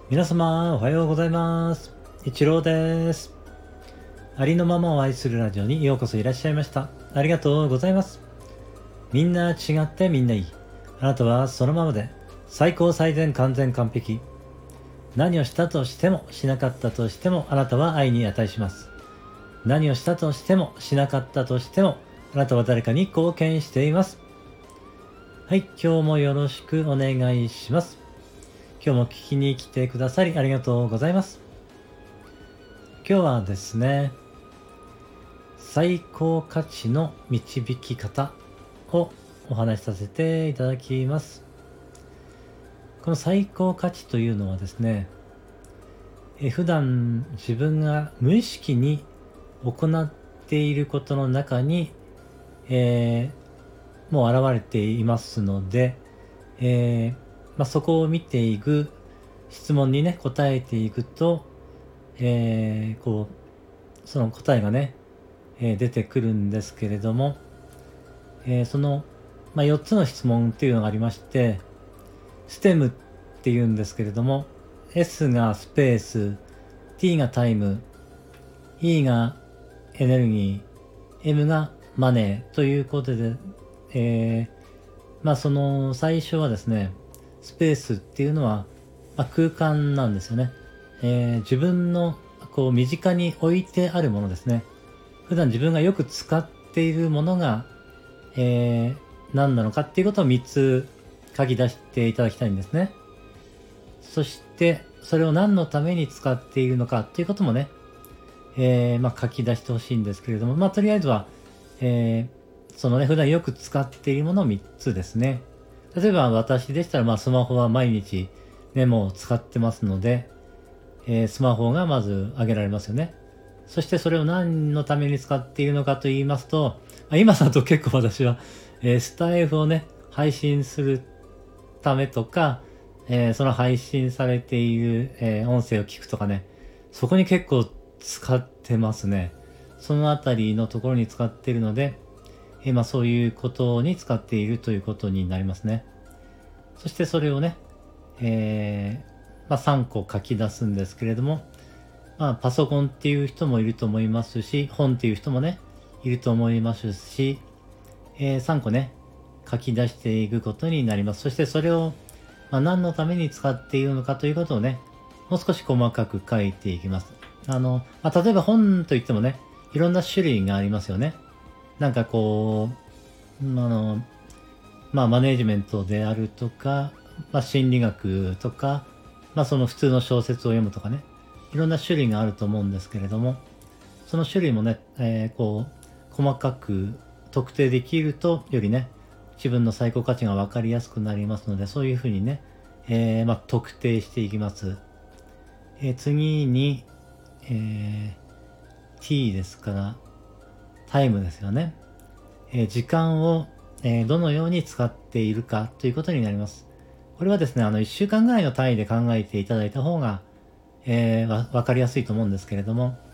皆様おはようございます。一郎です。ありのままを愛するラジオにようこそいらっしゃいました。ありがとうございます。みんな違ってみんないい。あなたはそのままで最高最善完全完璧。何をしたとしてもしなかったとしてもあなたは愛に値します。何をしたとしてもしなかったとしてもあなたは誰かに貢献しています。はい、今日もよろしくお願いします。今日も聞きに来てくださりありがとうございます。今日はですね、最高価値の導き方をお話しさせていただきます。この最高価値というのはですね、普段自分が無意識に行っていることの中に、もう現れていますので、そこを見ていく、質問にね答えていくと、その答えがね、出てくるんですけれども、その、4つの質問っていうのがありまして、ステムっていうんですけれども、S がスペース、T がタイム、E がエネルギー、M がマネーということで、その最初はですね、スペースっていうのは、空間なんですよね。自分のこう身近に置いてあるものですね。普段自分がよく使っているものが、何なのかっていうことを3つ書き出していただきたいんですね。そしてそれを何のために使っているのかっていうこともね、書き出してほしいんですけれども、とりあえずは、そのね、普段よく使っているものを3つですね。例えば私でしたら、スマホは毎日メモを使ってますので、スマホがまず挙げられますよね。そしてそれを何のために使っているのかと言いますと、今だと結構私は、スタイフをね、配信するためとか、その配信されている、音声を聞くとかね、そこに結構使ってますね。そのあたりのところに使っているので、そういうことに使っているということになりますね。そしてそれをね、3個書き出すんですけれども、パソコンっていう人もいると思いますし、本っていう人もね、いると思いますし、3個ね、書き出していくことになります。そしてそれを、何のために使っているのかということをね、もう少し細かく書いていきます。例えば本といってもね、いろんな種類がありますよね。なんかこう、マネージメントであるとか、心理学とか、その普通の小説を読むとかね、いろんな種類があると思うんですけれども、その種類もね、細かく特定できると、よりね、自分の最高価値が分かりやすくなりますので、そういうふうにね、特定していきます。次に、T ですから、タイムですよね。時間を、どのように使っているかということになります。これはですね、1週間ぐらいの単位で考えていただいた方が、わかりやすいと思うんですけれども、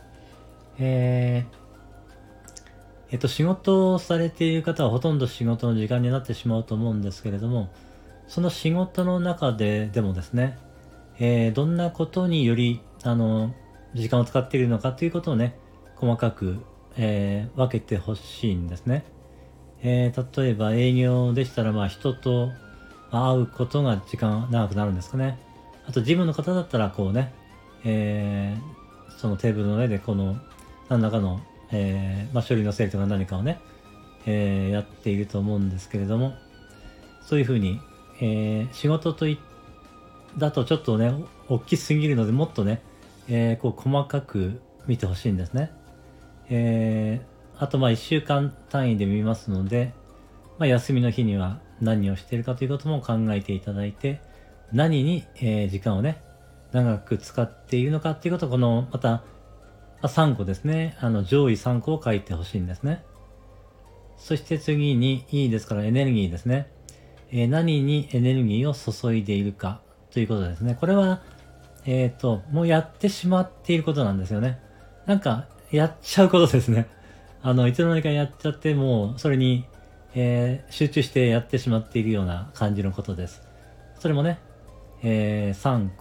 仕事をされている方はほとんど仕事の時間になってしまうと思うんですけれども、その仕事の中ででもですね、どんなことにより、時間を使っているのかということをね、細かく、分けてほしいんですね。例えば営業でしたら、人と会うことが時間長くなるんですかね。あと事務の方だったら、こうね、そのテーブルの上でこの何らかの、書類の整理とか何かをね、やっていると思うんですけれども、そういうふうに、仕事だとちょっとね、大きすぎるので、もっとね、細かく見てほしいんですね。あと1週間単位で見ますので、休みの日には何をしているかということも考えていただいて、何に、時間をね、長く使っているのかっていうことを、この、また、3個ですね。上位3個を書いてほしいんですね。そして次に、E ですからエネルギーですね。何にエネルギーを注いでいるかということですね。これは、もうやってしまっていることなんですよね。なんか、やっちゃうことですね。いつの間にかやっちゃって、もう、それに、集中してやってしまっているような感じのことです。それもね、3個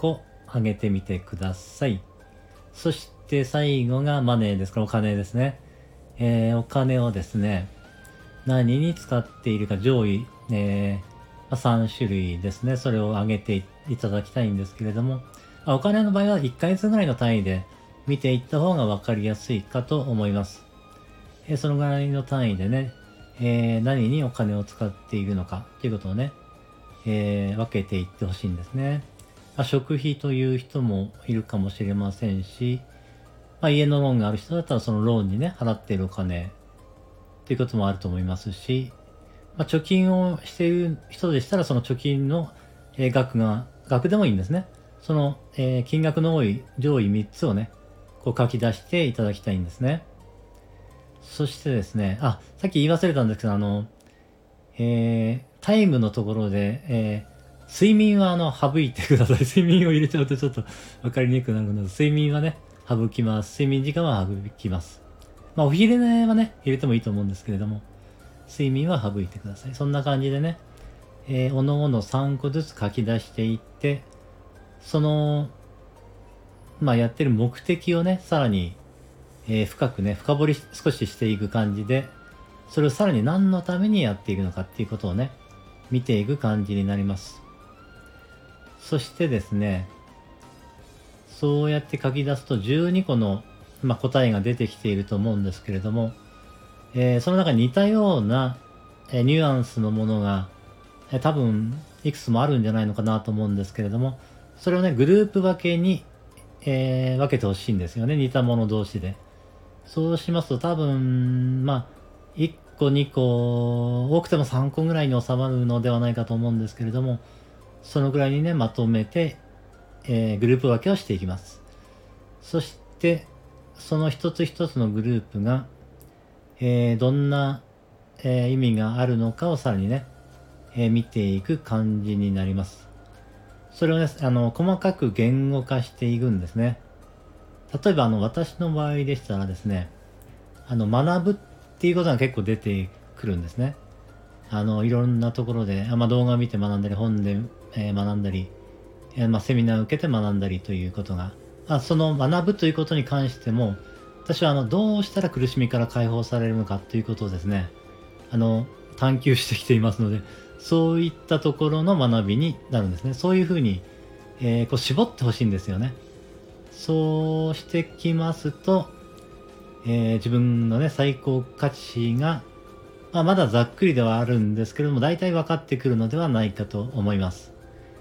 挙げてみてください。そして最後がマネーですから、お金ですね。お金をですね、何に使っているか上位、3種類ですね。それを挙げていただきたいんですけれども、お金の場合は1ヶ月ぐらいの単位で見ていった方が分かりやすいかと思います。そのぐらいの単位でね、何にお金を使っているのかということをね、分けていってほしいんですね。食費という人もいるかもしれませんし、家のローンがある人だったらそのローンにね、払っているお金ということもあると思いますし、貯金をしている人でしたらその貯金の額でもいいんですね。その、金額の多い上位3つをね、こう書き出していただきたいんですね。そしてですね、さっき言い忘れたんですけど、タイムのところで、睡眠は省いてください。睡眠を入れちゃうとちょっと分かりにくくなるので、睡眠はね、省きます。睡眠時間は省きます。お昼寝はね、入れてもいいと思うんですけれども、睡眠は省いてください。そんな感じでね、おのおの3個ずつ書き出していって、その、やってる目的をね、さらに、深くね、深掘り少ししていく感じで、それをさらに何のためにやっているのかっていうことをね、見ていく感じになります。そしてですね、そうやって書き出すと12個の、答えが出てきていると思うんですけれども、その中に似たような、ニュアンスのものが、多分いくつもあるんじゃないのかなと思うんですけれども、それをね、グループ分けに、分けてほしいんですよね。似たもの同士で。そうしますと多分、1個、2個、多くても3個ぐらいに収まるのではないかと思うんですけれども、そのぐらいにね、まとめて、グループ分けをしていきます。そして、その一つ一つのグループが、どんな、意味があるのかをさらにね、見ていく感じになります。それをね、細かく言語化していくんですね。例えば、私の場合でしたらですね、学ぶっていうことが結構出てくるんですね。いろんなところで、動画を見て学んだり、本で、学んだり、セミナーを受けて学んだりということが、その学ぶということに関しても、私はどうしたら苦しみから解放されるのかということをですね、探求してきていますので、そういったところの学びになるんですね。そういうふうに、こう絞ってほしいんですよね。そうしてきますと、自分のね、最高価値が、まだざっくりではあるんですけれども、大体分かってくるのではないかと思います。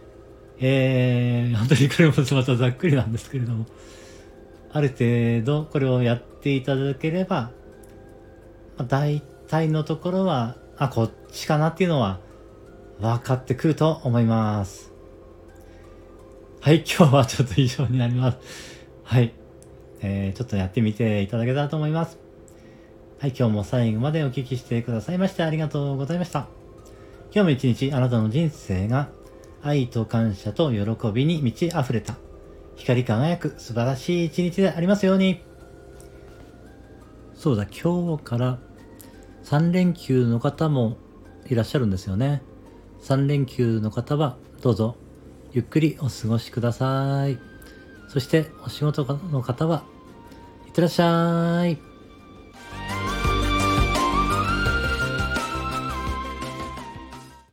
本当にこれもまたざっくりなんですけれども、ある程度これをやっていただければ、大体のところは、こっちかなっていうのは分かってくると思います。はい、今日はちょっと以上になります。はい。ちょっとやってみていただけたらと思います。はい、今日も最後までお聞きしてくださいましてありがとうございました。今日も一日あなたの人生が愛と感謝と喜びに満ち溢れた光り輝く素晴らしい一日でありますように。そうだ、今日から3連休の方もいらっしゃるんですよね。3連休の方はどうぞゆっくりお過ごしください。そしてお仕事の方はいってらっしゃい。